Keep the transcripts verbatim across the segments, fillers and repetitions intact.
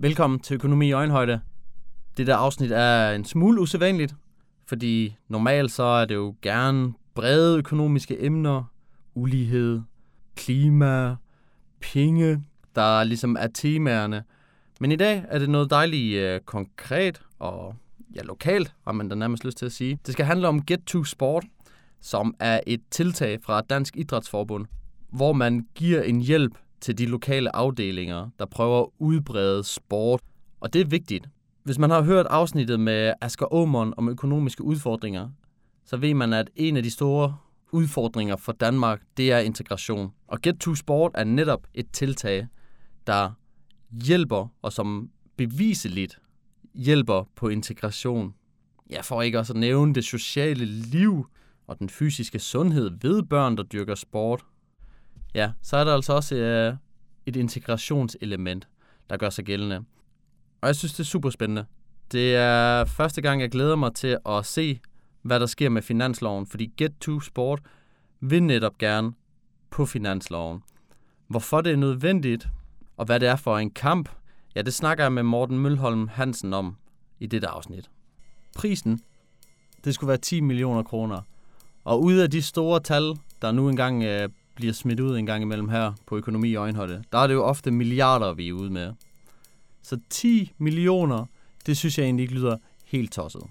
Velkommen til Økonomi i Øjenhøjde. Det der afsnit er en smule usædvanligt, fordi normalt så er det jo gerne brede økonomiske emner, ulighed, klima, penge, der ligesom er temaerne. Men i dag er det noget dejligt øh, konkret og ja, lokalt, har man da nærmest lyst til at sige. Det skal handle om Get to Sport, som er et tiltag fra Dansk Idrætsforbund, hvor man giver en hjælp til de lokale afdelinger, der prøver at udbrede sport. Og det er vigtigt. Hvis man har hørt afsnittet med Asger Aamund om økonomiske udfordringer, så ved man, at en af de store udfordringer for Danmark, det er integration. Og Get to Sport er netop et tiltag, der hjælper, og som beviseligt hjælper på integration. Ja, for ikke også at nævne det sociale liv og den fysiske sundhed ved børn, der dyrker sport. Ja, så er der altså også øh, et integrationselement, der gør sig gældende. Og jeg synes, det er super spændende. Det er første gang, jeg glæder mig til at se, hvad der sker med finansloven, fordi Get to Sport vil netop gerne på finansloven. Hvorfor det er nødvendigt, og hvad det er for en kamp, ja, det snakker jeg med Morten Mølholm Hansen om i dette afsnit. Prisen, det skulle være ti millioner kroner. Og ud af de store tal, der nu engang øh, bliver smidt ud en gang imellem her på Økonomi i Øjenhøjde, der er det jo ofte milliarder, vi er ude med. Så ti millioner, det synes jeg egentlig ikke lyder helt tosset.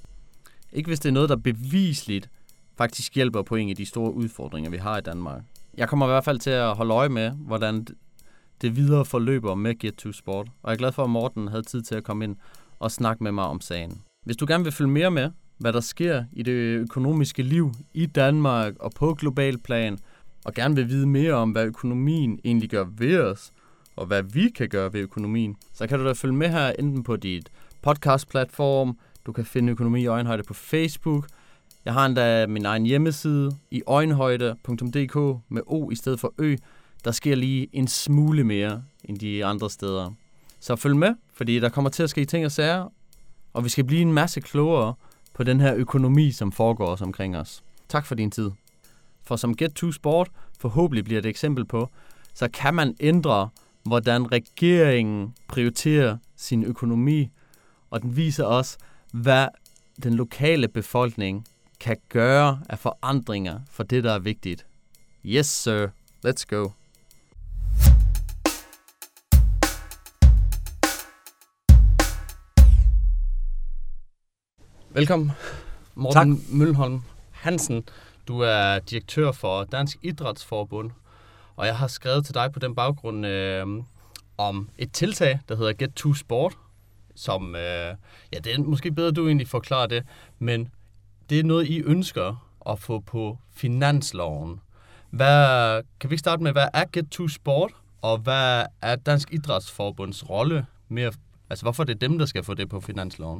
Ikke hvis det er noget, der bevisligt faktisk hjælper på en af de store udfordringer, vi har i Danmark. Jeg kommer i hvert fald til at holde øje med, hvordan det videre forløber med Get to Sport. Og jeg er glad for, at Morten havde tid til at komme ind og snakke med mig om sagen. Hvis du gerne vil følge mere med, hvad der sker i det økonomiske liv i Danmark og på global plan, og gerne vil vide mere om, hvad økonomien egentlig gør ved os, og hvad vi kan gøre ved økonomien, så kan du da følge med her enten på dit podcast-platform, du kan finde Økonomi i Øjenhøjde på Facebook. Jeg har endda min egen hjemmeside i øjenhøjde punktum d k med O i stedet for Ø. Der sker lige en smule mere end de andre steder. Så følg med, fordi der kommer til at ske ting og sager, og vi skal blive en masse klogere på den her økonomi, som foregår os omkring os. Tak for din tid. For som Get to Sport forhåbentlig bliver et eksempel på, så kan man ændre, hvordan regeringen prioriterer sin økonomi, og den viser os, hvad den lokale befolkning kan gøre af forandringer for det, der er vigtigt. Yes, sir. Let's go. Velkommen, Morten Mølholm Hansen. Du er direktør for Dansk Idrætsforbund, og jeg har skrevet til dig på den baggrund øh, om et tiltag, der hedder Get to Sport, som, øh, ja, det er måske bedre, du egentlig forklarer det, men det er noget, I ønsker at få på finansloven. Hvad, kan vi ikke starte med, hvad er Get to Sport, og hvad er Dansk Idrætsforbunds rolle med, altså hvorfor er det dem, der skal få det på finansloven?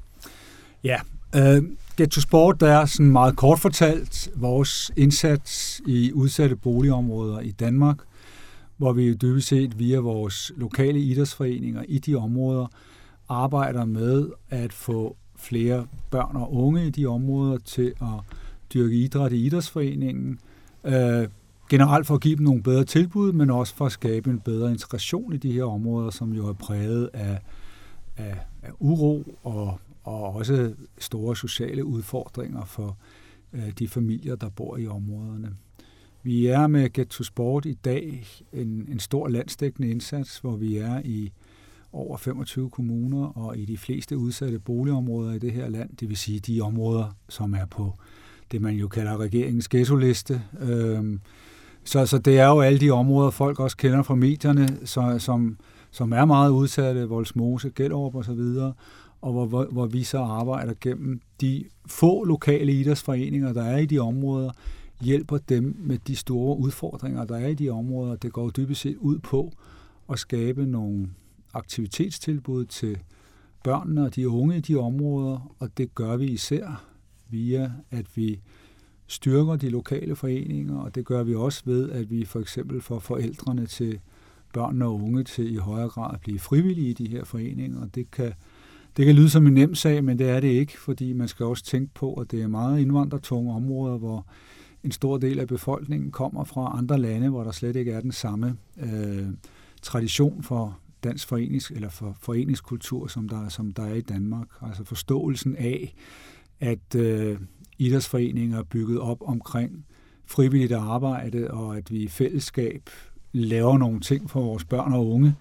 Ja, uh, Get to Sport er sådan meget kort fortalt vores indsats i udsatte boligområder i Danmark, hvor vi dybest set via vores lokale idrætsforeninger i de områder arbejder med at få flere børn og unge i de områder til at dyrke idræt i idrætsforeningen. Uh, generelt for at give dem nogle bedre tilbud, men også for at skabe en bedre integration i de her områder, som jo er præget af, af, af uro og og også store sociale udfordringer for øh, de familier, der bor i områderne. Vi er med Get to Sport i dag en, en stor landsdækkende indsats, hvor vi er i over femogtyve kommuner og i de fleste udsatte boligområder i det her land, det vil sige de områder, som er på det, man jo kalder regeringens ghettoliste. Øhm, så, så det er jo alle de områder, folk også kender fra medierne, så, som, som er meget udsatte, Vollsmose, Gellerup og så videre, og hvor, hvor, hvor vi så arbejder gennem de få lokale idrætsforeninger, der er i de områder, hjælper dem med de store udfordringer, der er i de områder. Det går dybest set ud på at skabe nogle aktivitetstilbud til børnene og de unge i de områder, og det gør vi især via, at vi styrker de lokale foreninger, og det gør vi også ved, at vi for eksempel får forældrene til børn og unge til i højere grad at blive frivillige i de her foreninger. Det kan Det kan lyde som en nem sag, men det er det ikke, fordi man skal også tænke på, at det er meget indvandrertunge områder, hvor en stor del af befolkningen kommer fra andre lande, hvor der slet ikke er den samme øh, tradition for dansk forenings, eller for foreningskultur, som der, som der er i Danmark. Altså forståelsen af, at øh, idrætsforeninger er bygget op omkring frivilligt arbejde, og at vi i fællesskab laver nogle ting for vores børn og unge.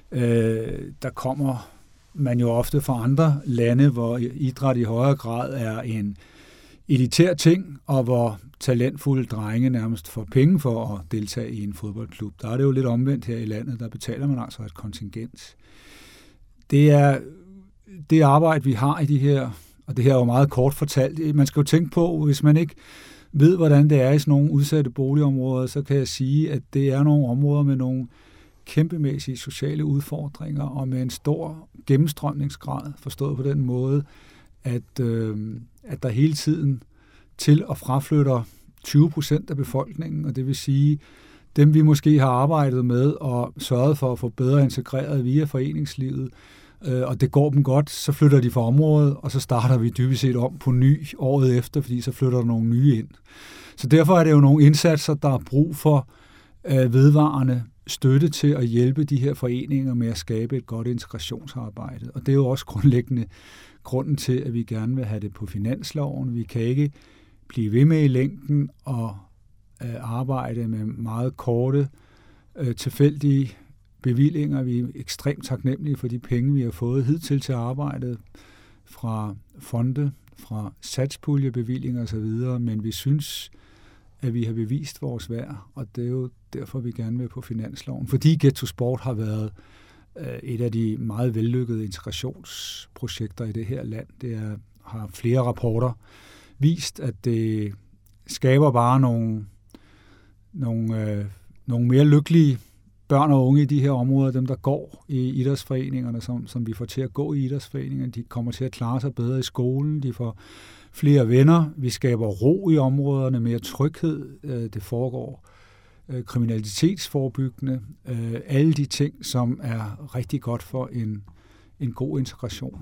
Øh, der kommer man jo ofte fra andre lande, hvor idræt i højere grad er en elitær ting, og hvor talentfulde drenge nærmest får penge for at deltage i en fodboldklub. Der er det jo lidt omvendt her i landet, der betaler man altså et kontingent. Det er det arbejde, vi har i de her, og det her er jo meget kort fortalt. Man skal jo tænke på, hvis man ikke ved, hvordan det er i sådan nogle udsatte boligområder, så kan jeg sige, at det er nogle områder med nogle kæmpemæssige sociale udfordringer, og med en stor gennemstrømningsgrad, forstået på den måde, at, øh, at der hele tiden til og fraflytter tyve procent af befolkningen, og det vil sige, dem vi måske har arbejdet med og sørget for at få bedre integreret via foreningslivet, øh, og det går dem godt, så flytter de fra området, og så starter vi dybest set om på ny året efter, fordi så flytter der nogle nye ind. Så derfor er det jo nogle indsatser, der er brug for øh, vedvarende støtte til at hjælpe de her foreninger med at skabe et godt integrationsarbejde. Og det er jo også grundlæggende grunden til, at vi gerne vil have det på finansloven. Vi kan ikke blive ved med i længden og øh, arbejde med meget korte, øh, tilfældige bevillinger. Vi er ekstremt taknemmelige for de penge, vi har fået hidtil til arbejdet fra fonde, fra satspuljebevillinger osv., men vi synes, at vi har bevist vores værd, og det er jo derfor, vi gerne vil på finansloven. Fordi Get to Sport har været øh, et af de meget vellykkede integrationsprojekter i det her land. Det er, har flere rapporter vist, at det skaber bare nogle, nogle, øh, nogle mere lykkelige børn og unge i de her områder, dem der går i idrætsforeningerne, som, som vi får til at gå i idrætsforeningerne. De kommer til at klare sig bedre i skolen, de får flere venner, vi skaber ro i områderne, mere tryghed, det foregår kriminalitetsforebyggende, alle de ting, som er rigtig godt for en, en god integration.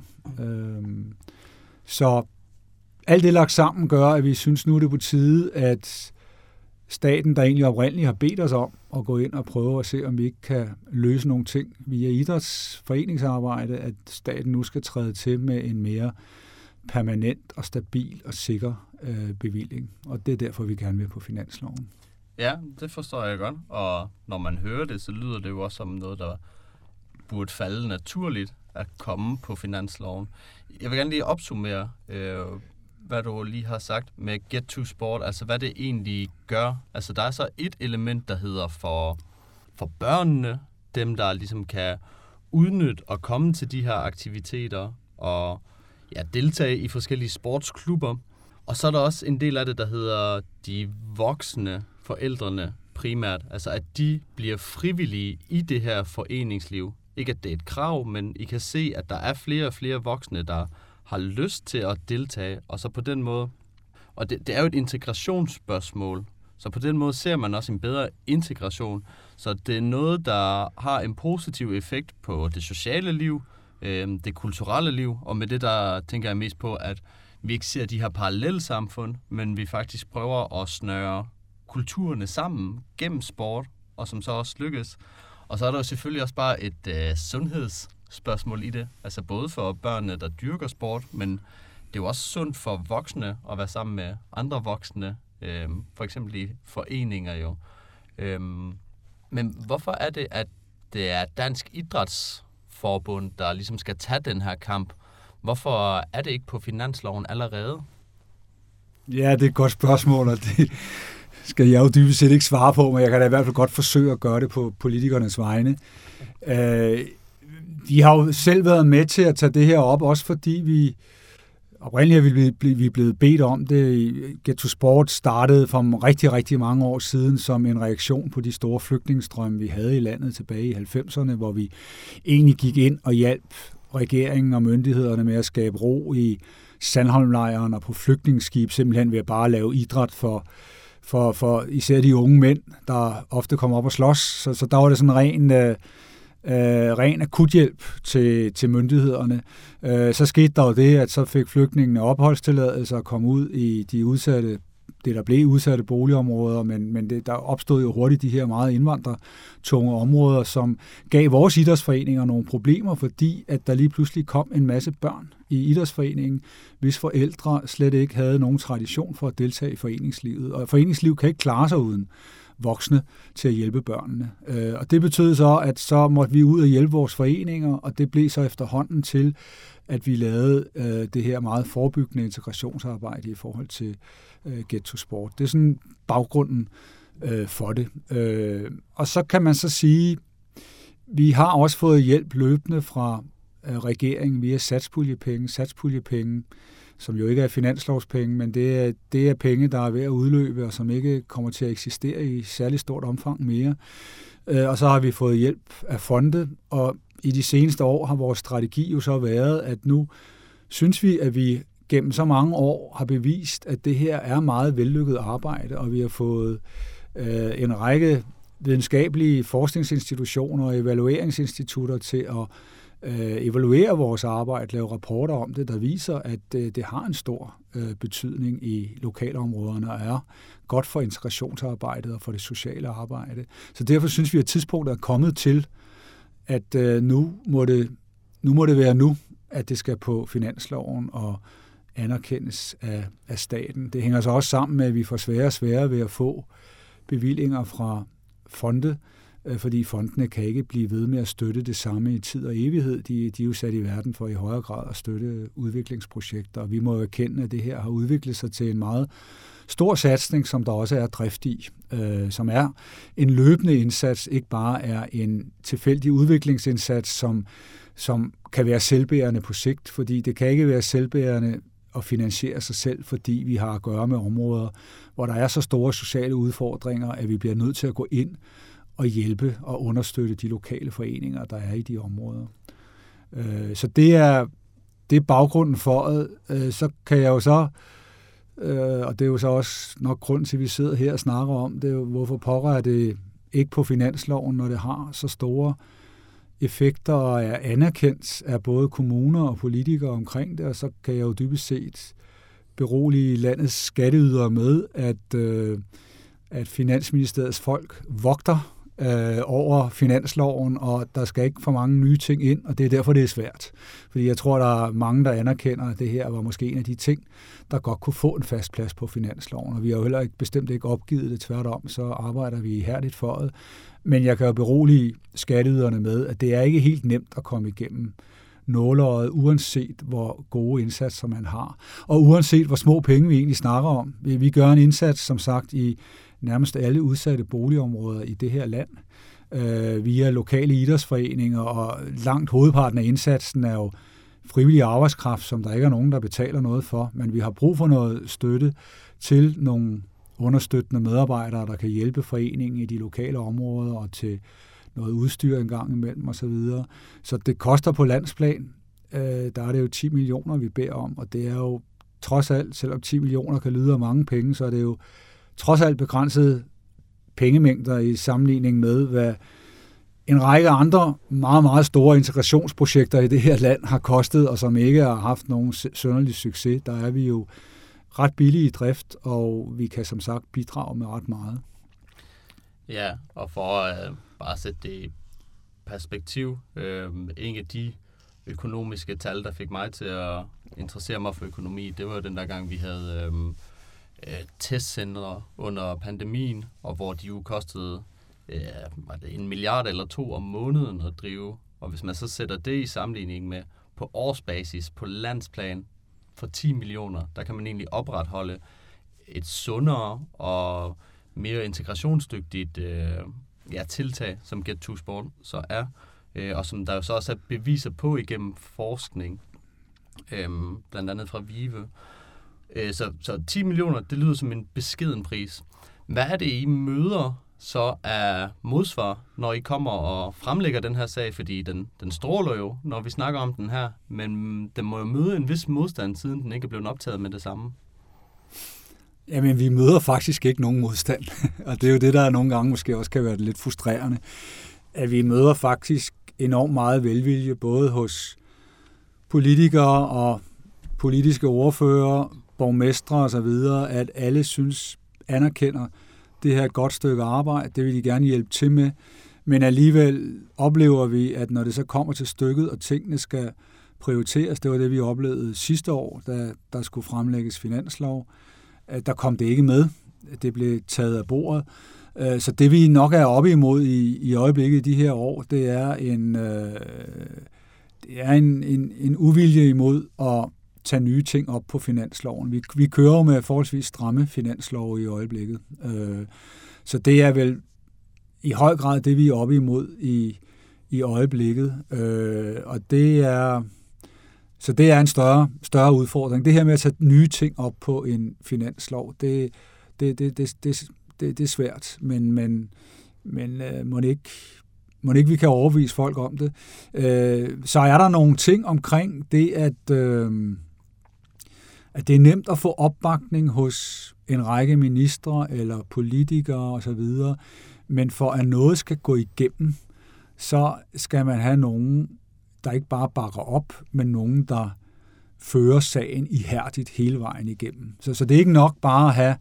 Så alt det lagt sammen gør, at vi synes nu er det på tide, at staten, der egentlig oprindeligt har bedt os om at gå ind og prøve at se, om vi ikke kan løse nogle ting via idrætsforeningsarbejde, at staten nu skal træde til med en mere permanent og stabil og sikker øh, bevilling. Og det er derfor, vi gerne vil på finansloven. Ja, det forstår jeg godt. Og når man hører det, så lyder det jo også som noget, der burde falde naturligt at komme på finansloven. Jeg vil gerne lige opsummere, øh, hvad du lige har sagt med Get to Sport, altså hvad det egentlig gør. Altså der er så et element, der hedder for, for børnene, dem der ligesom kan udnytte og komme til de her aktiviteter og ja, deltage i forskellige sportsklubber. Og så er der også en del af det, der hedder de voksne, forældrene primært. Altså at de bliver frivillige i det her foreningsliv. Ikke at det er et krav, men I kan se, at der er flere og flere voksne, der har lyst til at deltage. Og så på den måde, og det, det er jo et integrationsspørgsmål, så på den måde ser man også en bedre integration. Så det er noget, der har en positiv effekt på det sociale liv, det kulturelle liv, og med det der tænker jeg mest på, at vi ikke ser de her parallelle samfund, men vi faktisk prøver at snøre kulturerne sammen gennem sport, og som så også lykkes. Og så er der jo selvfølgelig også bare et øh, sundhedsspørgsmål i det, altså både for børnene, der dyrker sport, men det er jo også sundt for voksne at være sammen med andre voksne, øh, for eksempel i foreninger jo. Øh, men hvorfor er det, at det er Dansk Idræts Forbund, der ligesom skal tage den her kamp? Hvorfor er det ikke på finansloven allerede? Ja, det er et godt spørgsmål, og det skal jeg jo dybest set ikke svare på, men jeg kan da i hvert fald godt forsøge at gøre det på politikernes vegne. Øh, de har jo selv været med til at tage det her op, også fordi vi oprindeligt er vi, vi blevet bedt om det. Get to Sport startede for rigtig, rigtig mange år siden som en reaktion på de store flygtningestrømme, vi havde i landet tilbage i halvfemserne, hvor vi egentlig gik ind og hjalp regeringen og myndighederne med at skabe ro i Sandholmlejren og på flygtningsskib, simpelthen ved at bare lave idræt for, for, for især de unge mænd, der ofte kommer op og slås. Så, så der var det sådan ren, øh, ren akuthjælp til, til myndighederne. Øh, så skete der jo det, at så fik flygtningene opholdstilladelse og kom ud i de udsatte det der blev udsatte boligområder, men, men det, der opstod jo hurtigt de her meget indvandrertunge områder, som gav vores idrætsforeninger nogle problemer, fordi at der lige pludselig kom en masse børn i idrætsforeningen, hvis forældre slet ikke havde nogen tradition for at deltage i foreningslivet. Og foreningsliv kan ikke klare sig uden voksne til at hjælpe børnene. Og det betød så, at så måtte vi ud og hjælpe vores foreninger, og det blev så efterhånden til, at vi lavede øh, det her meget forebyggende integrationsarbejde i forhold til øh, Get to Sport. Det er sådan baggrunden øh, for det. Øh, og så kan man så sige, vi har også fået hjælp løbende fra øh, regeringen via satspuljepenge, satspuljepenge, som jo ikke er finanslovspenge, men det er, det er penge, der er ved at udløbe, og som ikke kommer til at eksistere i særlig stort omfang mere. Øh, og så har vi fået hjælp af fonde, og i de seneste år har vores strategi jo så været, at nu synes vi, at vi gennem så mange år har bevist, at det her er meget vellykket arbejde, og vi har fået øh, en række videnskabelige forskningsinstitutioner og evalueringsinstitutter til at øh, evaluere vores arbejde, lave rapporter om det, der viser, at øh, det har en stor øh, betydning i lokalområderne og er godt for integrationsarbejdet og for det sociale arbejde. Så derfor synes vi, at tidspunktet er kommet til, at øh, nu, må det, nu må det være nu, at det skal på finansloven og anerkendes af, af staten. Det hænger så også sammen med, at vi får sværere og sværere ved at få bevillinger fra fonde, øh, fordi fondene kan ikke blive ved med at støtte det samme i tid og evighed. De, de er jo sat i verden for i højere grad at støtte udviklingsprojekter, og vi må jo erkende, at det her har udviklet sig til en meget stor satsning, som der også er drift i, øh, som er en løbende indsats, ikke bare er en tilfældig udviklingsindsats, som, som kan være selvbærende på sigt, fordi det kan ikke være selvbærende at finansiere sig selv, fordi vi har at gøre med områder, hvor der er så store sociale udfordringer, at vi bliver nødt til at gå ind og hjælpe og understøtte de lokale foreninger, der er i de områder. Øh, så det er, det er baggrunden for det. Øh, så kan jeg jo så Uh, og det er jo så også nok grund til, at vi sidder her og snakker om det, hvorfor pokker er det ikke på finansloven, når det har så store effekter og er anerkendt af både kommuner og politikere omkring det, og så kan jeg jo dybest set berolige landets skatteydere med, at, uh, at Finansministeriets folk vogter øh, over finansloven, og der skal ikke for mange nye ting ind, og det er derfor, det er svært. Fordi jeg tror, der er mange, der anerkender, at det her var måske en af de ting, der godt kunne få en fast plads på finansloven, og vi har jo heller ikke, bestemt ikke opgivet det, tværtom, så arbejder vi ihærdigt for det. Men jeg kan jo berolige skatteyderne med, at det er ikke helt nemt at komme igennem nåleøjet, uanset hvor gode indsatser man har, og uanset hvor små penge vi egentlig snakker om. Vi gør en indsats, som sagt, i nærmest alle udsatte boligområder i det her land, øh, via lokale idrætsforeninger, og langt hovedparten af indsatsen er jo frivillig arbejdskraft, som der ikke er nogen, der betaler noget for, men vi har brug for noget støtte til nogle understøttende medarbejdere, der kan hjælpe foreningen i de lokale områder, og til noget udstyr en gang imellem osv. Så, så det koster på landsplan. Øh, der er det jo ti millioner, vi beder om, og det er jo trods alt, selvom ti millioner kan lyde af mange penge, så er det jo trods alt begrænsede pengemængder i sammenligning med, hvad en række andre meget, meget store integrationsprojekter i det her land har kostet, og som ikke har haft nogen synderlig succes. Der er vi jo ret billige i drift, og vi kan som sagt bidrage med ret meget. Ja, og for at uh, bare sætte det i perspektiv, øh, en af de økonomiske tal, der fik mig til at interessere mig for økonomi, det var den der gang, vi havde øh, øh, testcentre under pandemien, og hvor de jo kostede øh, var det en milliard eller to om måneden at drive. Og hvis man så sætter det i sammenligning med på årsbasis, på landsplan for ti millioner, der kan man egentlig opretholde et sundere og mere integrationsdygtigt øh, ja, tiltag, som Get to Sport så er, øh, og som der jo så også er beviser på igennem forskning, øh, blandt andet fra VIVE. Øh, så, så ti millioner, det lyder som en beskeden pris. Hvad er det, I møder så af modsvar, når I kommer og fremlægger den her sag? Fordi den, den stråler jo, når vi snakker om den her, men den må jo møde en vis modstand, siden den ikke er blevet optaget med det samme. Jamen, vi møder faktisk ikke nogen modstand, og det er jo det, der nogle gange måske også kan være lidt frustrerende, at vi møder faktisk enormt meget velvilje, både hos politikere og politiske ordfører, borgmestre og så videre, at alle synes, anerkender det her et godt stykke arbejde, det vil de gerne hjælpe til med, men alligevel oplever vi, at når det så kommer til stykket, og tingene skal prioriteres, det var det, vi oplevede sidste år, da der skulle fremlægges finanslov, der kom det ikke med. Det blev taget af bordet. Så det, vi nok er oppe imod i, i øjeblikket i de her år, det er en, øh, det er en, en, en uvilje imod at tage nye ting op på finansloven. Vi, vi kører med forholdsvis stramme finanslov i øjeblikket. Øh, så det er vel i høj grad det, vi er oppe imod i, i øjeblikket. Øh, og det er... Så det er en større, større udfordring. Det her med at tage nye ting op på en finanslov, det, det, det, det, det, det, det er svært, men, men, men øh, må, det ikke, må det ikke vi kan overbevise folk om det. Øh, så er der nogle ting omkring det, at, øh, at det er nemt at få opbakning hos en række ministre eller politikere osv., men for at noget skal gå igennem, så skal man have nogen, der ikke bare bakker op, men nogen, der fører sagen ihærdigt hele vejen igennem. Så, så det er ikke nok bare at have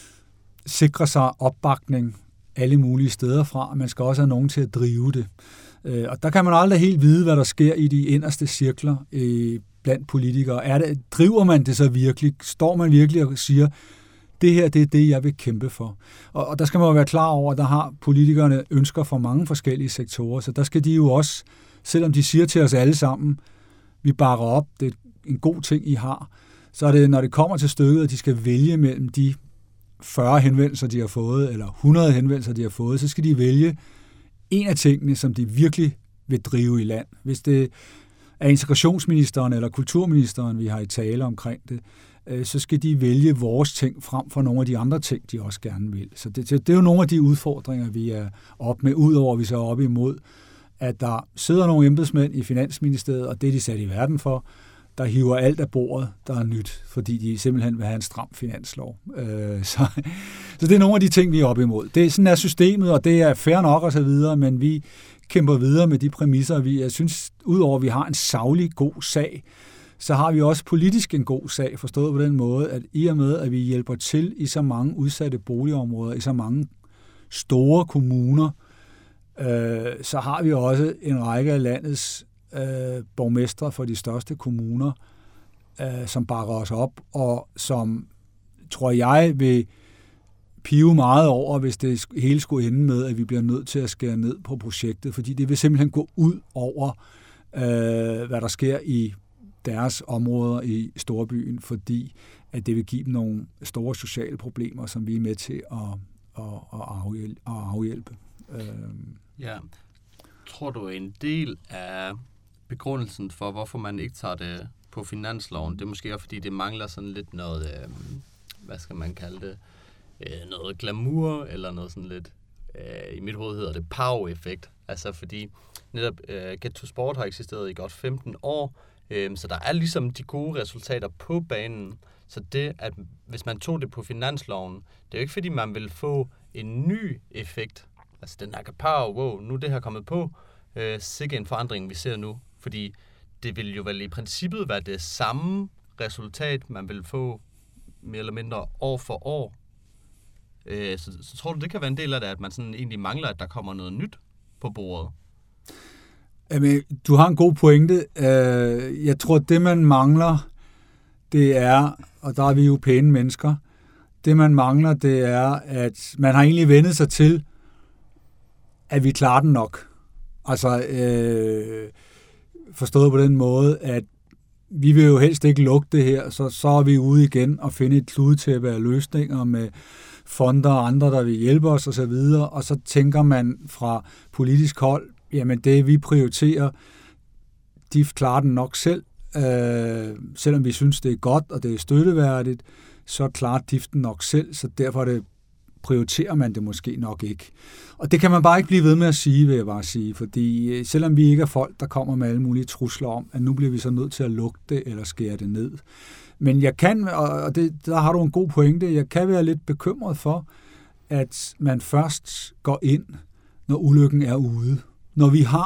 sikre sig opbakning alle mulige steder fra, man skal også have nogen til at drive det. Øh, og der kan man aldrig helt vide, hvad der sker i de inderste cirkler øh, blandt politikere. Er det, driver man det så virkelig? Står man virkelig og siger, det her, det er det, jeg vil kæmpe for. Og, og der skal man jo være klar over, at der har politikerne ønsker for mange forskellige sektorer, så der skal de jo også, selvom de siger til os alle sammen, vi bakker op, det er en god ting, I har, så er det, når det kommer til stykket, at de skal vælge mellem de fyrre henvendelser, de har fået, eller hundrede henvendelser, de har fået, så skal de vælge en af tingene, som de virkelig vil drive i land. Hvis det er integrationsministeren eller kulturministeren, vi har i tale omkring det, så skal de vælge vores ting frem for nogle af de andre ting, de også gerne vil. Så det, det er jo nogle af de udfordringer, vi er op med, udover at vi så er op imod, at der sidder nogle embedsmænd i Finansministeriet, og det er de sat i verden for, der hiver alt af bordet, der er nyt, fordi de simpelthen vil have en stram finanslov. Øh, så, så det er nogle af de ting, vi er op imod. Det, sådan er systemet, og det er fair nok og så videre, men vi kæmper videre med de præmisser. Vi, jeg synes, udover at vi har en saglig god sag, så har vi også politisk en god sag, forstået på den måde, at i og med, at vi hjælper til i så mange udsatte boligområder, i så mange store kommuner, øh, så har vi også en række af landets øh, borgmestre for de største kommuner, øh, som bakker os op, og som, tror jeg, vil pive meget over, hvis det hele skulle ende med, at vi bliver nødt til at skære ned på projektet, fordi det vil simpelthen gå ud over, øh, hvad der sker i deres områder i storbyen, fordi at det vil give dem nogle store sociale problemer, som vi er med til at, at, at, afhjælpe, at afhjælpe. Ja. Tror du, en del af begrundelsen for, hvorfor man ikke tager det på finansloven, det er måske også, fordi det mangler sådan lidt noget, øh, hvad skal man kalde det, øh, noget glamour, eller noget sådan lidt, øh, i mit hoved hedder det pow-effekt. Altså fordi netop øh, Get to Sport har eksisteret i godt femten år, så der er ligesom de gode resultater på banen. Så det, at hvis man tog det på finansloven, det er jo ikke fordi, man vil få en ny effekt. Altså den her kapav, wow, nu er det her kommet på. Øh, sikke en forandring, vi ser nu. Fordi det vil jo vel i princippet være det samme resultat, man vil få mere eller mindre år for år. Øh, så, så tror du, det kan være en del af det, at man sådan egentlig mangler, at der kommer noget nyt på bordet? Jamen, du har en god pointe. Jeg tror, det man mangler, det er, og der er vi jo pæne mennesker, det man mangler, det er, at man har egentlig vendet sig til, at vi klarer den nok. Altså, øh, forstået på den måde, at vi vil jo helst ikke lukke det her, så, så er vi ude igen og finde et kludetæppe af løsninger med fonder og andre, der vil hjælpe os osv., og så tænker man fra politisk hold, jamen det vi prioriterer, de klarer den nok selv. Øh, selvom vi synes, det er godt, og det er støtteværdigt, så klarer D I F den nok selv, så derfor det, prioriterer man det måske nok ikke. Og det kan man bare ikke blive ved med at sige, vil jeg bare sige, fordi selvom vi ikke er folk, der kommer med alle mulige trusler om, at nu bliver vi så nødt til at lukke det eller skære det ned. Men jeg kan, og det, der har du en god pointe, jeg kan være lidt bekymret for, at man først går ind, når ulykken er ude. Når vi har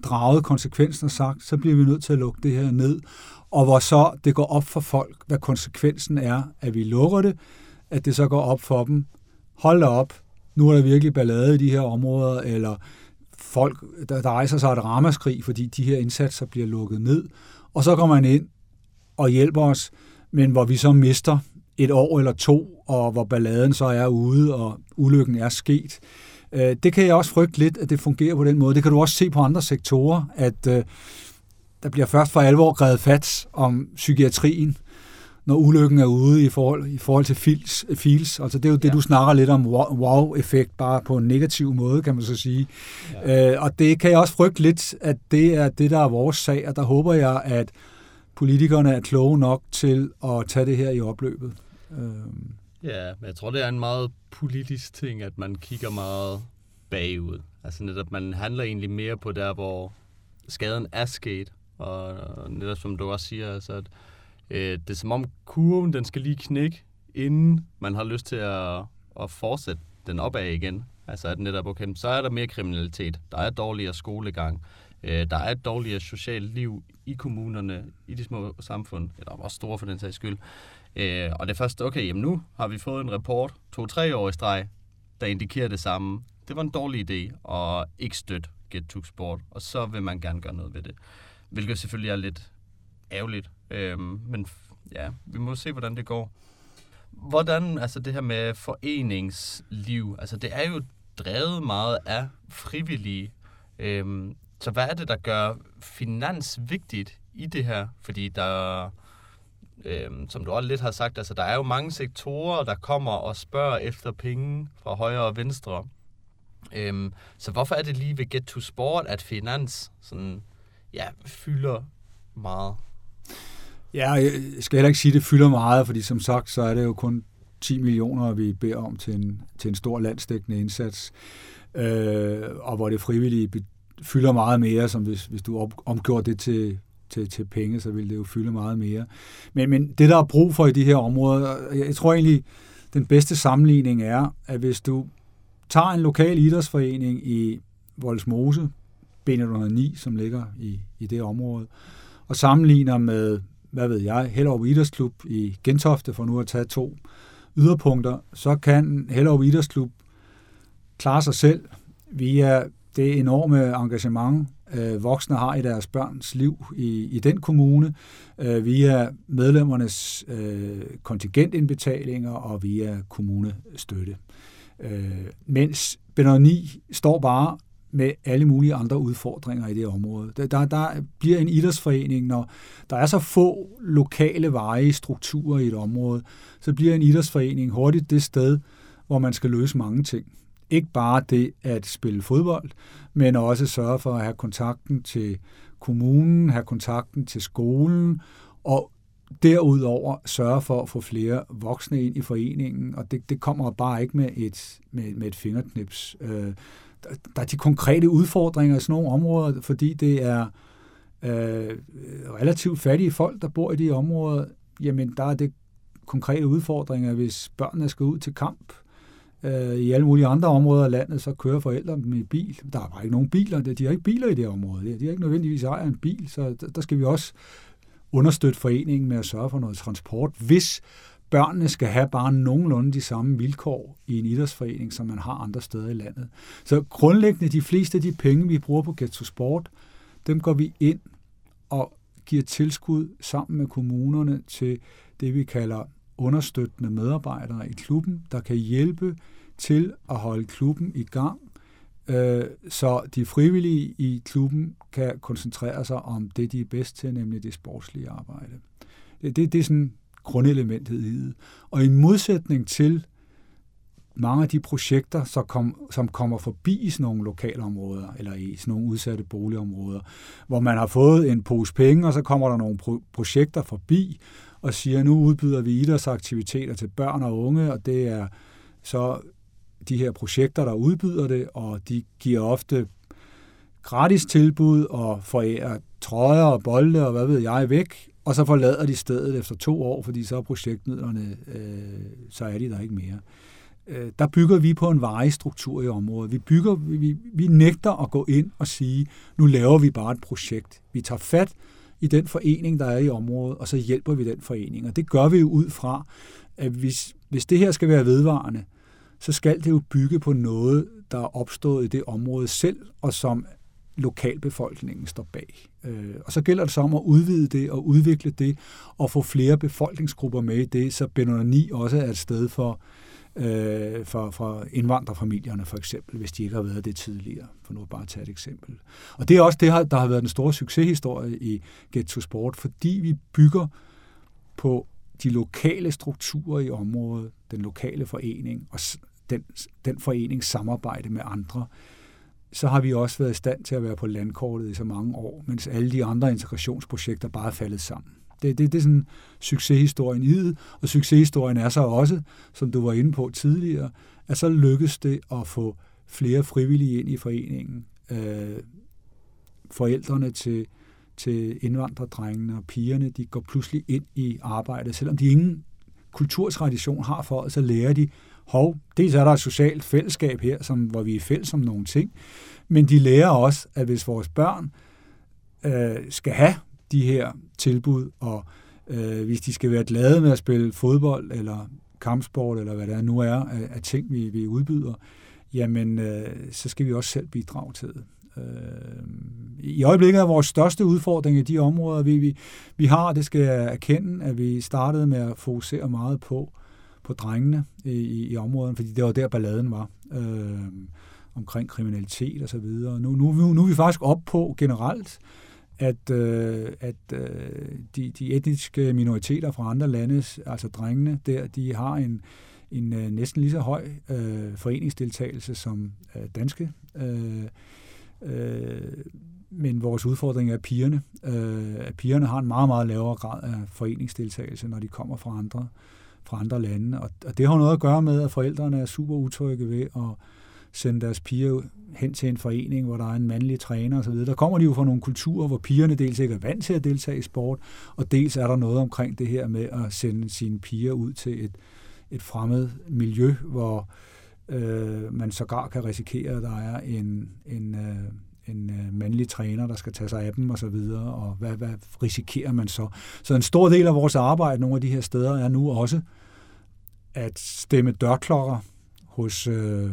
draget konsekvensen og sagt, så bliver vi nødt til at lukke det her ned, og hvor så det går op for folk, hvad konsekvensen er, at vi lukker det, at det så går op for dem, hold da op, nu er der virkelig ballade i de her områder, eller folk, der, der rejser sig et ramaskrig, fordi de her indsatser bliver lukket ned, og så går man ind og hjælper os, men hvor vi så mister et år eller to, og hvor balladen så er ude, og ulykken er sket. Det kan jeg også frygte lidt, at det fungerer på den måde. Det kan du også se på andre sektorer, at øh, der bliver først for alvor grebet fat om psykiatrien, når ulykken er ude i forhold, i forhold til feels, feels. Altså det er jo det, ja. Du snakker lidt om wow-effekt, bare på en negativ måde, kan man så sige. Ja. Øh, og det kan jeg også frygte lidt, at det er det, der er vores sag, og der håber jeg, at politikerne er kloge nok til at tage det her i opløbet. Øh. Ja, men jeg tror, det er en meget politisk ting, at man kigger meget bagud. Altså netop, man handler egentlig mere på der, hvor skaden er sket. Og netop som du også siger, altså, at øh, det er som om kurven, den skal lige knække, inden man har lyst til at, at fortsætte den opad igen. Altså at netop, okay, så er der mere kriminalitet, der er dårligere skolegang, øh, der er et dårligere socialt liv i kommunerne, i de små samfund, eller også store for den sags skyld. Øh, og det første, okay, jamen nu har vi fået en rapport, to-tre år i streg, der indikerer det samme. Det var en dårlig idé, og ikke støtte GetToSport, og så vil man gerne gøre noget ved det. Hvilket selvfølgelig er lidt ærgerligt, øh, men ja, vi må se, hvordan det går. Hvordan, altså det her med foreningsliv, altså det er jo drevet meget af frivillige. Øh, så hvad er det, der gør finans vigtigt i det her? Fordi der Øhm, som du også lidt har sagt, altså der er jo mange sektorer, der kommer og spørger efter penge fra højre og venstre. Øhm, så hvorfor er det lige ved GetToSport, at finans sådan, ja, fylder meget? Ja, jeg skal heller ikke sige, at det fylder meget, fordi som sagt, så er det jo kun ti millioner, vi beder om til en, til en stor landsdækkende indsats, øh, og hvor det frivillige fylder meget mere, som hvis, hvis du omgjorde det til Til, til penge, så vil det jo fylde meget mere. Men, men det, der er brug for i de her områder, jeg tror egentlig, den bedste sammenligning er, at hvis du tager en lokal idrætsforening i Vollsmose, B et nul ni, som ligger i, i det område, og sammenligner med, hvad ved jeg, Hellerup Idrætsklub i Gentofte, for nu at tage to yderpunkter, så kan Hellerup Idrætsklub klare sig selv via det enorme engagement, øh, voksne har i deres børns liv i, i den kommune, øh, via medlemmernes øh, kontingentindbetalinger og via kommunestøtte. Øh, mens B et nul ni står bare med alle mulige andre udfordringer i det område. Der, der, der bliver en idrætsforening, når der er så få lokale veje strukturer i et område, så bliver en idrætsforening hurtigt det sted, hvor man skal løse mange ting. Ikke bare det at spille fodbold, men også sørge for at have kontakten til kommunen, have kontakten til skolen, og derudover sørge for at få flere voksne ind i foreningen, og det, det kommer bare ikke med et, med, med et fingerknips. Øh, der er de konkrete udfordringer i sådan nogle områder, fordi det er øh, relativt fattige folk, der bor i de områder. Jamen, der er det konkrete udfordringer, hvis børnene skal ud til kamp. I alle mulige andre områder af landet, så kører forældre dem i bil. Der er bare ikke nogen biler. De har ikke biler i det område. De har ikke nødvendigvis ejer en bil, så der skal vi også understøtte foreningen med at sørge for noget transport, hvis børnene skal have bare nogenlunde de samme vilkår i en idrætsforening, som man har andre steder i landet. Så grundlæggende, de fleste af de penge, vi bruger på GetToSport, dem går vi ind og giver tilskud sammen med kommunerne til det, vi kalder understøttende medarbejdere i klubben, der kan hjælpe til at holde klubben i gang, øh, så de frivillige i klubben kan koncentrere sig om det, de er bedst til, nemlig det sportslige arbejde. Det, det, det er sådan grundelementet i det. Og i modsætning til mange af de projekter, som, kom, som kommer forbi i sådan nogle lokalområder, eller i sådan nogle udsatte boligområder, hvor man har fået en pose penge, og så kommer der nogle pro- projekter forbi, og siger, nu udbyder vi idrætsaktiviteter til børn og unge, og det er så de her projekter, der udbyder det, og de giver ofte gratis tilbud og forærer trøjer og bolde og hvad ved jeg væk, og så forlader de stedet efter to år, fordi så er projektmidlerne, øh, så er de der ikke mere. øh, der bygger vi på en varig struktur i området. Vi, bygger, vi, vi nægter at gå ind og sige, nu laver vi bare et projekt. Vi tager fat i den forening, der er i området, og så hjælper vi den forening. Og det gør vi jo ud fra, at hvis, hvis det her skal være vedvarende, så skal det jo bygge på noget, der er opstået i det område selv, og som lokalbefolkningen står bag. Øh, og så gælder det så om at udvide det og udvikle det, og få flere befolkningsgrupper med i det, så B nul ni også er et sted for, øh, for, for indvandrerfamilierne for eksempel, hvis de ikke har været det tidligere, for nu bare at tage et eksempel. Og det er også det, der har været den store succeshistorie i Get to Sport, fordi vi bygger på de lokale strukturer i området, den lokale forening og den, den forenings samarbejde med andre, så har vi også været i stand til at være på landkortet i så mange år, mens alle de andre integrationsprojekter bare er faldet sammen. Det, det, det er sådan succeshistorien i det, og succeshistorien er så også, som du var inde på tidligere, at så lykkes det at få flere frivillige ind i foreningen. Øh, forældrene til, til indvandrerdrengene og pigerne, de går pludselig ind i arbejdet, selvom de ingen kulturtradition har for, så lærer de, hov, dels er der et socialt fællesskab her, som, hvor vi er fælles om nogle ting, men de lærer også, at hvis vores børn øh, skal have de her tilbud, og øh, hvis de skal være glade med at spille fodbold, eller kampsport, eller hvad der nu er af, af ting, vi, vi udbyder, jamen, øh, så skal vi også selv bidrage til det. Øh, I øjeblikket er vores største udfordring i de områder, vi, vi, vi har, det skal jeg erkende, at vi startede med at fokusere meget på, på drengene i, i, i området, fordi det var der balladen var, øh, omkring kriminalitet og så videre. Nu, nu, nu, nu er vi faktisk op på generelt, at, øh, at øh, de, de etniske minoriteter fra andre lande, altså drengene der, de har en, en øh, næsten lige så høj øh, foreningsdeltagelse som øh, danske. Øh, øh, men vores udfordring er pigerne. Øh, at pigerne har en meget, meget lavere grad af foreningsdeltagelse, når de kommer fra andre fra andre lande, og, og det har noget at gøre med, at forældrene er super utrygge ved at sende deres piger hen til en forening, hvor der er en mandlig træner osv. Der kommer de jo fra nogle kulturer, hvor pigerne dels ikke er vant til at deltage i sport, og dels er der noget omkring det her med at sende sine piger ud til et, et fremmed miljø, hvor øh, man sågar kan risikere, at der er en, en, øh, en øh, mandlig træner, der skal tage sig af dem og så videre, og hvad, hvad risikerer man så? Så en stor del af vores arbejde nogle af de her steder er nu også at stemme dørklokker hos øh,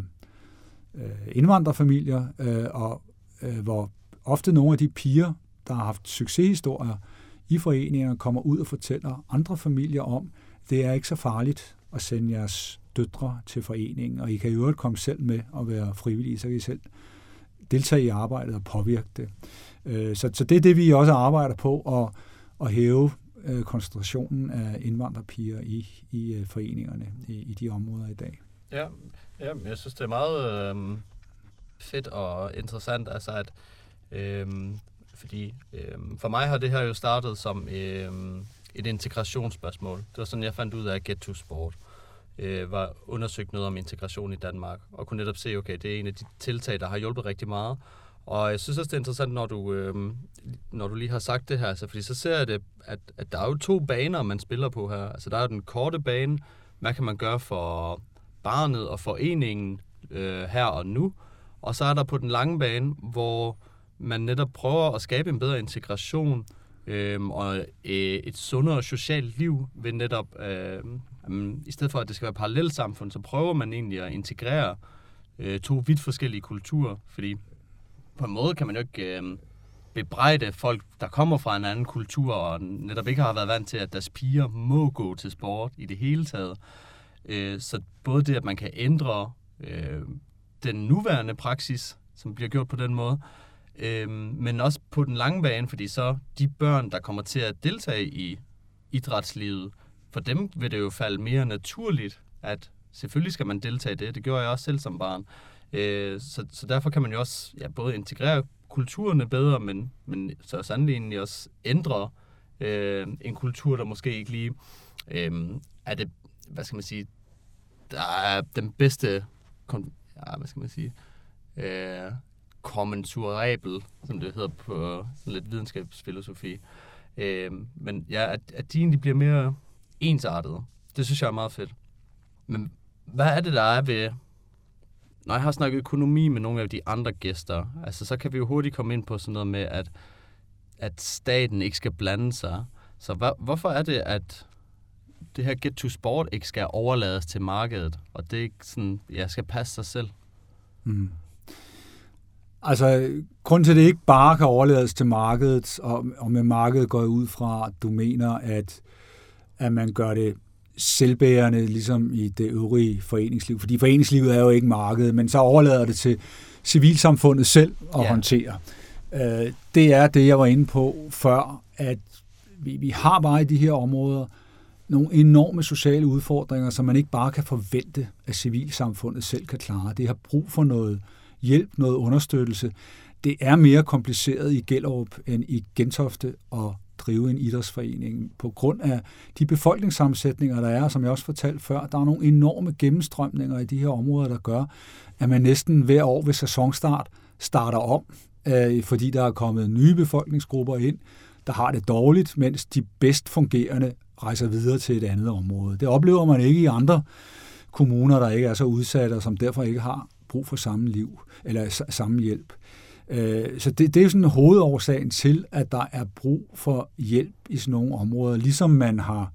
indvandrerfamilier, øh, og øh, hvor ofte nogle af de piger, der har haft succeshistorier i foreninger, kommer ud og fortæller andre familier om, det er ikke så farligt at sende jeres døtre til foreningen, og I kan i øvrigt komme selv med og være frivillige, så kan I selv deltage i arbejdet og påvirke det. Øh, så, så det er det, vi også arbejder på, at, at hæve øh, koncentrationen af indvandrerpiger i, i øh, foreningerne i, i de områder i dag. Ja, ja, jeg synes, det er meget øh, fedt og interessant, altså at, øh, fordi øh, for mig har det her jo startet som øh, et integrationsspørgsmål. Det var sådan, jeg fandt ud af, at Get to Sport øh, var undersøgt noget om integration i Danmark, og kunne netop se, okay, det er en af de tiltag, der har hjulpet rigtig meget. Og jeg synes også, det er interessant, når du, øh, når du lige har sagt det her, altså, fordi så ser jeg det, at, at der er jo to baner, man spiller på her. Altså, der er jo den korte bane, hvad kan man gøre for barnet og foreningen øh, her og nu, og så er der på den lange bane, hvor man netop prøver at skabe en bedre integration øh, og øh, et sundere socialt liv ved netop, øh, øh, i stedet for at det skal være parallelsamfund, så prøver man egentlig at integrere øh, to vidt forskellige kulturer, fordi på en måde kan man jo ikke øh, bebrejde folk, der kommer fra en anden kultur, og netop ikke har været vant til, at deres piger må gå til sport i det hele taget. Øh, så både det, at man kan ændre øh, den nuværende praksis, som bliver gjort på den måde, øh, men også på den lange bane, fordi så de børn, der kommer til at deltage i idrætslivet, for dem vil det jo falde mere naturligt, at selvfølgelig skal man deltage i det. Det gjorde jeg også selv som barn. Øh, så, så derfor kan man jo også ja, både integrere kulturerne bedre, men, men så sandelig egentlig også ændre øh, en kultur, der måske ikke lige øh, er det, hvad skal man sige, der er den bedste, ja, hvad skal man sige, øh, kommensurabel, som det hedder på sådan lidt videnskabsfilosofi. Øh, men ja, at, at de egentlig bliver mere ensartede. Det synes jeg er meget fedt. Men hvad er det, der er ved... Når jeg har snakket økonomi med nogle af de andre gæster, altså så kan vi jo hurtigt komme ind på sådan noget med, at, at staten ikke skal blande sig. Så hva, hvorfor er det, at det her Get to Sport ikke skal overlades til markedet, og det ikke sådan, ja, skal passe sig selv? Mm. Altså, grunden til, at det ikke bare kan overlades til markedet, og, og med markedet går jeg ud fra, at du mener, at, at man gør det selvbærende, ligesom i det øvrige foreningsliv. Fordi foreningslivet er jo ikke markedet, men så overlader det til civilsamfundet selv at ja. håndtere. Øh, det er det, jeg var inde på før, at vi, vi har bare i de her områder nogle enorme sociale udfordringer, som man ikke bare kan forvente, at civilsamfundet selv kan klare. Det har brug for noget hjælp, noget understøttelse. Det er mere kompliceret i Gellerup end i Gentofte at drive en idrætsforening på grund af de befolkningssammensætninger, der er, som jeg også fortalte før. Der er nogle enorme gennemstrømninger i de her områder, der gør, at man næsten hver år ved sæsonstart starter om, øh, fordi der er kommet nye befolkningsgrupper ind, der har det dårligt, mens de bedst fungerende rejser videre til et andet område. Det oplever man ikke i andre kommuner, der ikke er så udsatte, og som derfor ikke har brug for samme liv eller samme hjælp. Så det, det er jo sådan hovedårsagen til, at der er brug for hjælp i sådan nogle områder, ligesom man har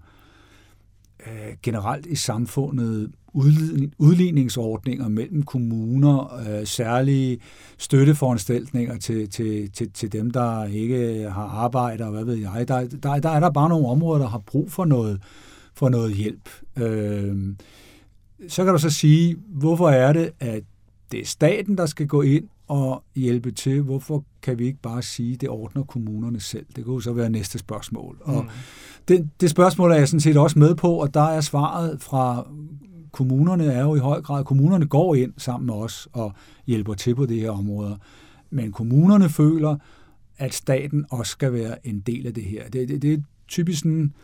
øh, generelt i samfundet udligning, udligningsordninger mellem kommuner, øh, særlige støtteforanstaltninger til, til, til, til dem, der ikke har arbejde, og hvad ved jeg. Der, der, der er der bare nogle områder, der har brug for noget, for noget hjælp. Øh, så kan du så sige, hvorfor er det, at det er staten, der skal gå ind og hjælpe til? Hvorfor kan vi ikke bare sige, at det ordner kommunerne selv? Det kunne så være næste spørgsmål. Mm. Og det, det spørgsmål er jeg sådan set også med på, og der er svaret fra kommunerne er jo i høj grad, kommunerne går ind sammen med os og hjælper til på det her område. Men kommunerne føler, at staten også skal være en del af det her. Det, det, det er typisk sådan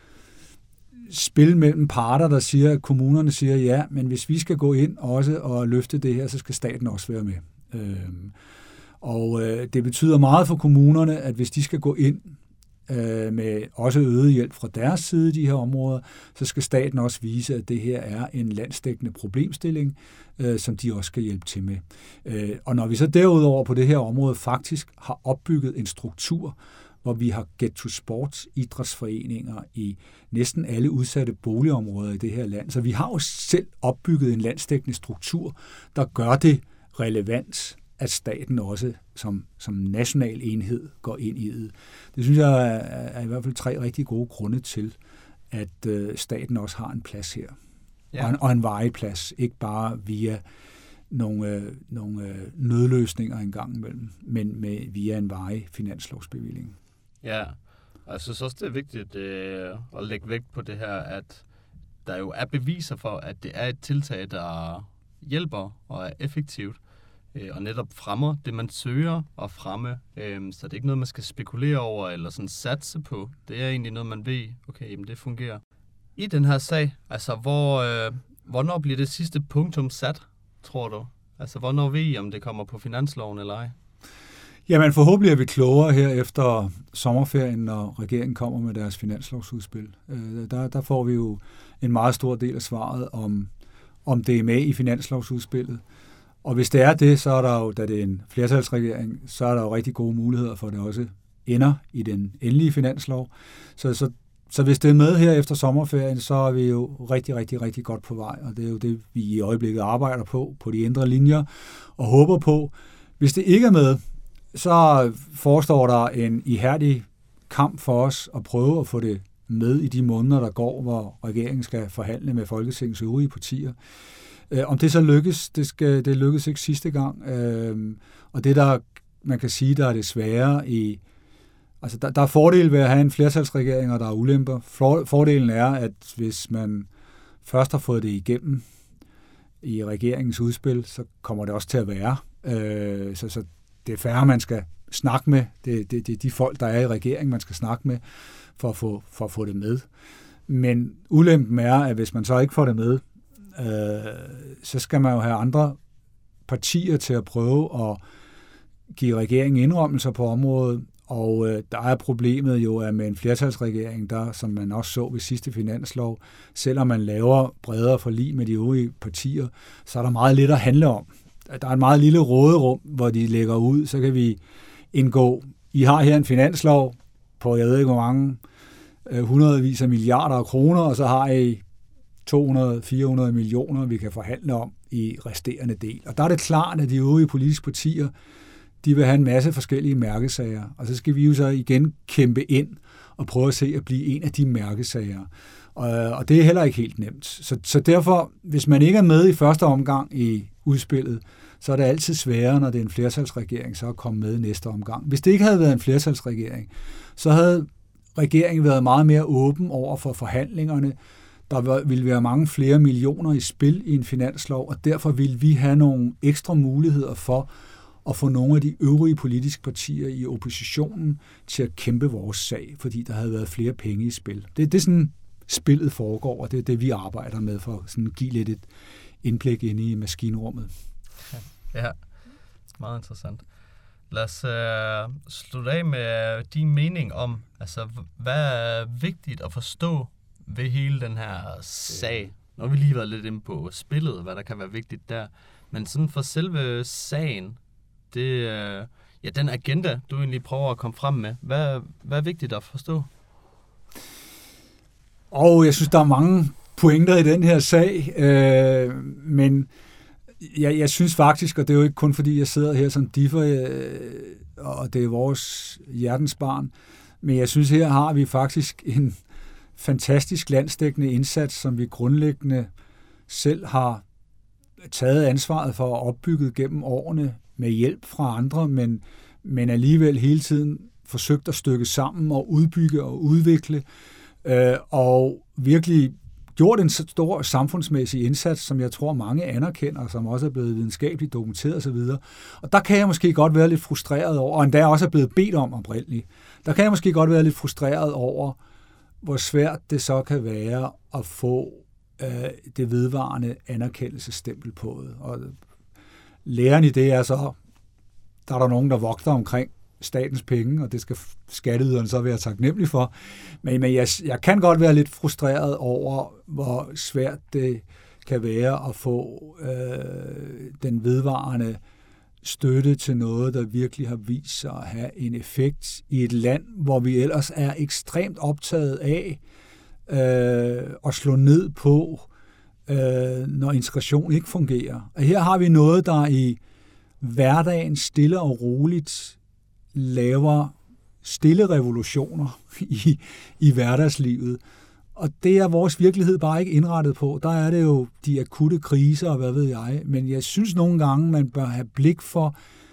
spil mellem parter, der siger, at kommunerne siger ja, men hvis vi skal gå ind også og løfte det her, så skal staten også være med. Øhm, og øh, det betyder meget for kommunerne, at hvis de skal gå ind øh, med også øget hjælp fra deres side i de her områder, så skal staten også vise, at det her er en landsdækkende problemstilling, øh, som de også skal hjælpe til med. Øh, og når vi så derudover på det her område faktisk har opbygget en struktur, hvor vi har Get to Sport idrætsforeninger i næsten alle udsatte boligområder i det her land. Så vi har jo selv opbygget en landsdækkende struktur, der gør det relevant, at staten også som, som national enhed går ind i det. Det synes jeg er, er i hvert fald tre rigtig gode grunde til, at øh, staten også har en plads her. Ja. Og, en, og en varig plads, ikke bare via nogle, øh, nogle øh, nødløsninger en gang imellem, men med, via en varig finanslovsbevilling. Ja, og jeg synes også, det er vigtigt øh, at lægge vægt på det her, at der jo er beviser for, at det er et tiltag, der hjælper og er effektivt, øh, og netop fremmer det, man søger at fremme. Øh, så det er ikke noget, man skal spekulere over eller sådan satse på. Det er egentlig noget, man ved, okay, jamen det fungerer. I den her sag, altså hvor, øh, hvornår bliver det sidste punktum sat, tror du? Altså hvornår ved I, om det kommer på finansloven eller ej? Jamen forhåbentlig er vi klogere her efter sommerferien, når regeringen kommer med deres finanslovsudspil. Der, der får vi jo en meget stor del af svaret, om, om det er med i finanslovsudspillet. Og hvis det er det, så er der jo, da det er en flertalsregering, så er der jo rigtig gode muligheder for, at det også ender i den endelige finanslov. Så, så, så hvis det er med her efter sommerferien, så er vi jo rigtig, rigtig, rigtig godt på vej. Og det er jo det, vi i øjeblikket arbejder på, på de indre linjer, og håber på. Hvis det ikke er med, så forestår der en ihærdig kamp for os at prøve at få det med i de måneder, der går, hvor regeringen skal forhandle med Folketingets øvrige partier. Om det så lykkes, det, skal, det lykkes ikke sidste gang. Og det, der man kan sige, der er det svære i... Altså, der, der er fordele ved at have en flertalsregering, og der er ulemper. Fordelen er, at hvis man først har fået det igennem i regeringens udspil, så kommer det også til at være. Så, så det er færre, man skal snakke med. Det, det, det er de folk, der er i regeringen, man skal snakke med for at få, for at få det med. Men ulempen er, at hvis man så ikke får det med, øh, så skal man jo have andre partier til at prøve at give regeringen indrømmelser på området, Og øh, der er problemet jo, at med en flertalsregering, der, som man også så ved sidste finanslov, selvom man laver bredere forlig med de øvrige partier, så er der meget lidt at handle om. Der er et meget lille råderum, hvor de lægger ud, så kan vi indgå. I har her en finanslov på, jeg ved ikke hvor mange, øh, hundredvis af milliarder af kroner, og så har I to hundrede til fire hundrede millioner, vi kan forhandle om i resterende del. Og der er det klart, at de øvrige politiske partier, de vil have en masse forskellige mærkesager, og så skal vi jo så igen kæmpe ind og prøve at se at blive en af de mærkesager. Og, og det er heller ikke helt nemt. Så, så derfor, hvis man ikke er med i første omgang i udspillet, så er det altid sværere, når det er en flertalsregering, så at komme med i næste omgang. Hvis det ikke havde været en flertalsregering, så havde regeringen været meget mere åben over for forhandlingerne. Der ville være mange flere millioner i spil i en finanslov, og derfor ville vi have nogle ekstra muligheder for at få nogle af de øvrige politiske partier i oppositionen til at kæmpe vores sag, fordi der havde været flere penge i spil. Det, det er sådan, spillet foregår, og det er det, vi arbejder med for sådan at give lidt et indblik inde i maskinrummet. Ja, meget interessant. Lad os uh, slutte af med din mening om, altså, hvad er vigtigt at forstå ved hele den her sag. Nu har vi lige været lidt inde på spillet, hvad der kan være vigtigt der. Men sådan for selve sagen, det, ja, den agenda, du egentlig prøver at komme frem med, hvad, hvad er vigtigt at forstå? Og jeg synes, der er mange pointer i den her sag, øh, men jeg, jeg synes faktisk, og det er jo ikke kun fordi, jeg sidder her som differ, øh, og det er vores hjertensbarn, men jeg synes, her har vi faktisk en fantastisk landsdækkende indsats, som vi grundlæggende selv har taget ansvaret for at opbygge gennem årene med hjælp fra andre, men, men alligevel hele tiden forsøgt at stykke sammen og udbygge og udvikle, øh, og virkelig gjort en stor samfundsmæssig indsats, som jeg tror mange anerkender, som også er blevet videnskabeligt dokumenteret osv. Og der kan jeg måske godt være lidt frustreret over, og endda også er blevet bedt om oprindeligt, der kan jeg måske godt være lidt frustreret over, hvor svært det så kan være at få øh, det vedvarende anerkendelsesstempel på det. Og læren i det er så, der er der nogen, der vogter omkring statens penge, og det skal skatteyderne så være taknemmelig for. Men, men jeg, jeg kan godt være lidt frustreret over, hvor svært det kan være at få øh, den vedvarende støtte til noget, der virkelig har vist sig at have en effekt i et land, hvor vi ellers er ekstremt optaget af øh, at slå ned på, øh, når integration ikke fungerer. Og her har vi noget, der i hverdagen stille og roligt laver stille revolutioner i, i hverdagslivet. Og det er vores virkelighed bare ikke indrettet på. Der er det jo de akutte kriser, og hvad ved jeg. Men jeg synes nogle gange, man bør have blik for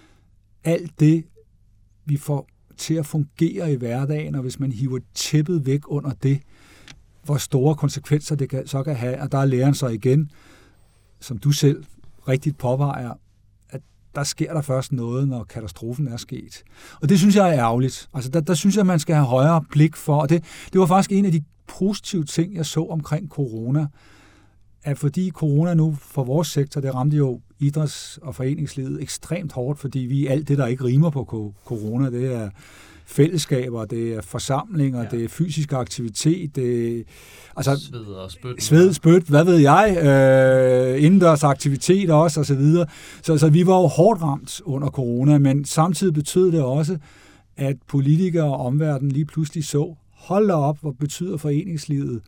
alt det, vi får til at fungere i hverdagen, og hvis man hiver tæppet væk under det, hvor store konsekvenser det kan, så kan have. Og der er læreren så igen, som du selv rigtigt påpeger, at der sker der først noget, når katastrofen er sket. Og det synes jeg er ærgerligt. Altså der, der synes jeg, man skal have højere blik for. Og det, det var faktisk en af de positive ting, jeg så omkring corona, at fordi corona nu for vores sektor, det ramte jo idræts- og foreningslivet ekstremt hårdt, fordi vi alt det, der ikke rimer på corona, det er fællesskaber, det er forsamlinger, ja. Det er fysisk aktivitet, det er altså, sved og spyt. Sved, spyt, hvad ved jeg, øh, indendørs aktivitet også, og så videre. Så, så vi var jo hårdt ramt under corona, men samtidig betød det også, at politikere og omverdenen lige pludselig så, hold da op, hvor betyder foreningslivet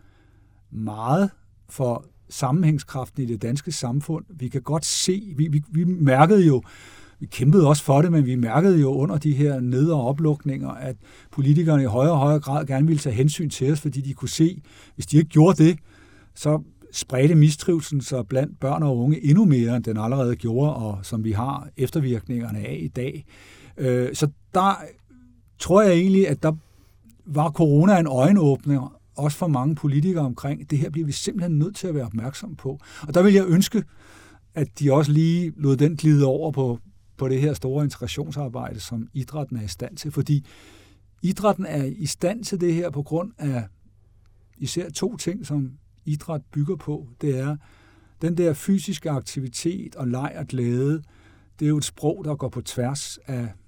meget for sammenhængskraften i det danske samfund. Vi kan godt se, vi, vi, vi mærkede jo, vi kæmpede også for det, men vi mærkede jo under de her ned- og oplukninger, at politikerne i højere og højere grad gerne ville tage hensyn til os, fordi de kunne se, hvis de ikke gjorde det, så spredte mistrivselsen sig blandt børn og unge endnu mere, end den allerede gjorde, og som vi har eftervirkningerne af i dag. Så der tror jeg egentlig, at der var corona en øjenåbner, også for mange politikere omkring, det her bliver vi simpelthen nødt til at være opmærksom på. Og der vil jeg ønske, at de også lige lod den glide over på, på det her store integrationsarbejde, som idrætten er i stand til. Fordi idrætten er i stand til det her på grund af især to ting, som idræt bygger på. Det er den der fysiske aktivitet og leg og glæde. Det er jo et sprog, der går på tværs af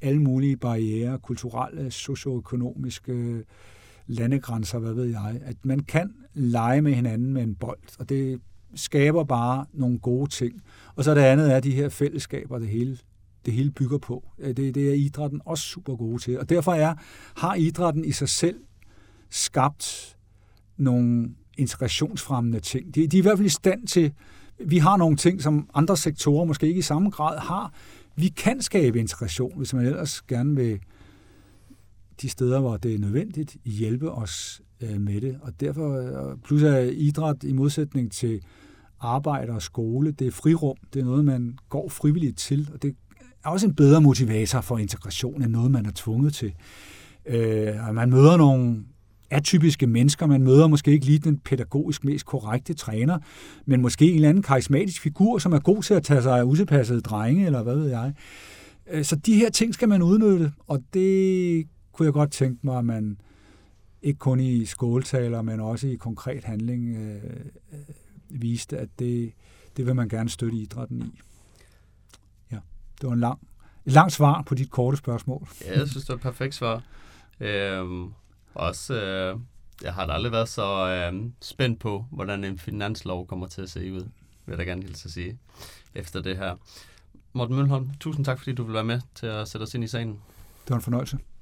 alle mulige barrierer, kulturelle, socioøkonomiske, landegrænser, hvad ved jeg. At man kan lege med hinanden med en bold, og det skaber bare nogle gode ting. Og så det andet er de her fællesskaber, det hele, det hele bygger på. Det, det er idrætten også super gode til. Og derfor er, har idrætten i sig selv skabt nogle integrationsfremmende ting. De, de er i hvert fald i stand til, vi har nogle ting, som andre sektorer måske ikke i samme grad har. Vi kan skabe integration, hvis man ellers gerne vil de steder, hvor det er nødvendigt, hjælpe os øh, med det. Og derfor, plus er idræt i modsætning til arbejde og skole, det er frirum. Det er noget, man går frivilligt til, og det er også en bedre motivator for integration, end noget, man er tvunget til. Øh, og man møder nogle atypiske mennesker, man møder måske ikke lige den pædagogisk mest korrekte træner, men måske en eller anden karismatisk figur, som er god til at tage sig af utilpassede drenge, eller hvad ved jeg. Øh, så de her ting skal man udnytte, og det kunne jeg godt tænke mig, at man ikke kun i skåltaler, men også i konkret handling øh, øh, viste, at det, det vil man gerne støtte idrætten i. Ja, det var en lang, et langt svar på dit korte spørgsmål. Ja, jeg synes, det var et perfekt svar. Øhm, også, øh, jeg har da aldrig været så øh, spændt på, hvordan en finanslov kommer til at se ud, vil jeg da gerne hilse at sige, efter det her. Morten Mølholm, tusind tak, fordi du vil være med til at sætte os ind i sagen. Det var en fornøjelse.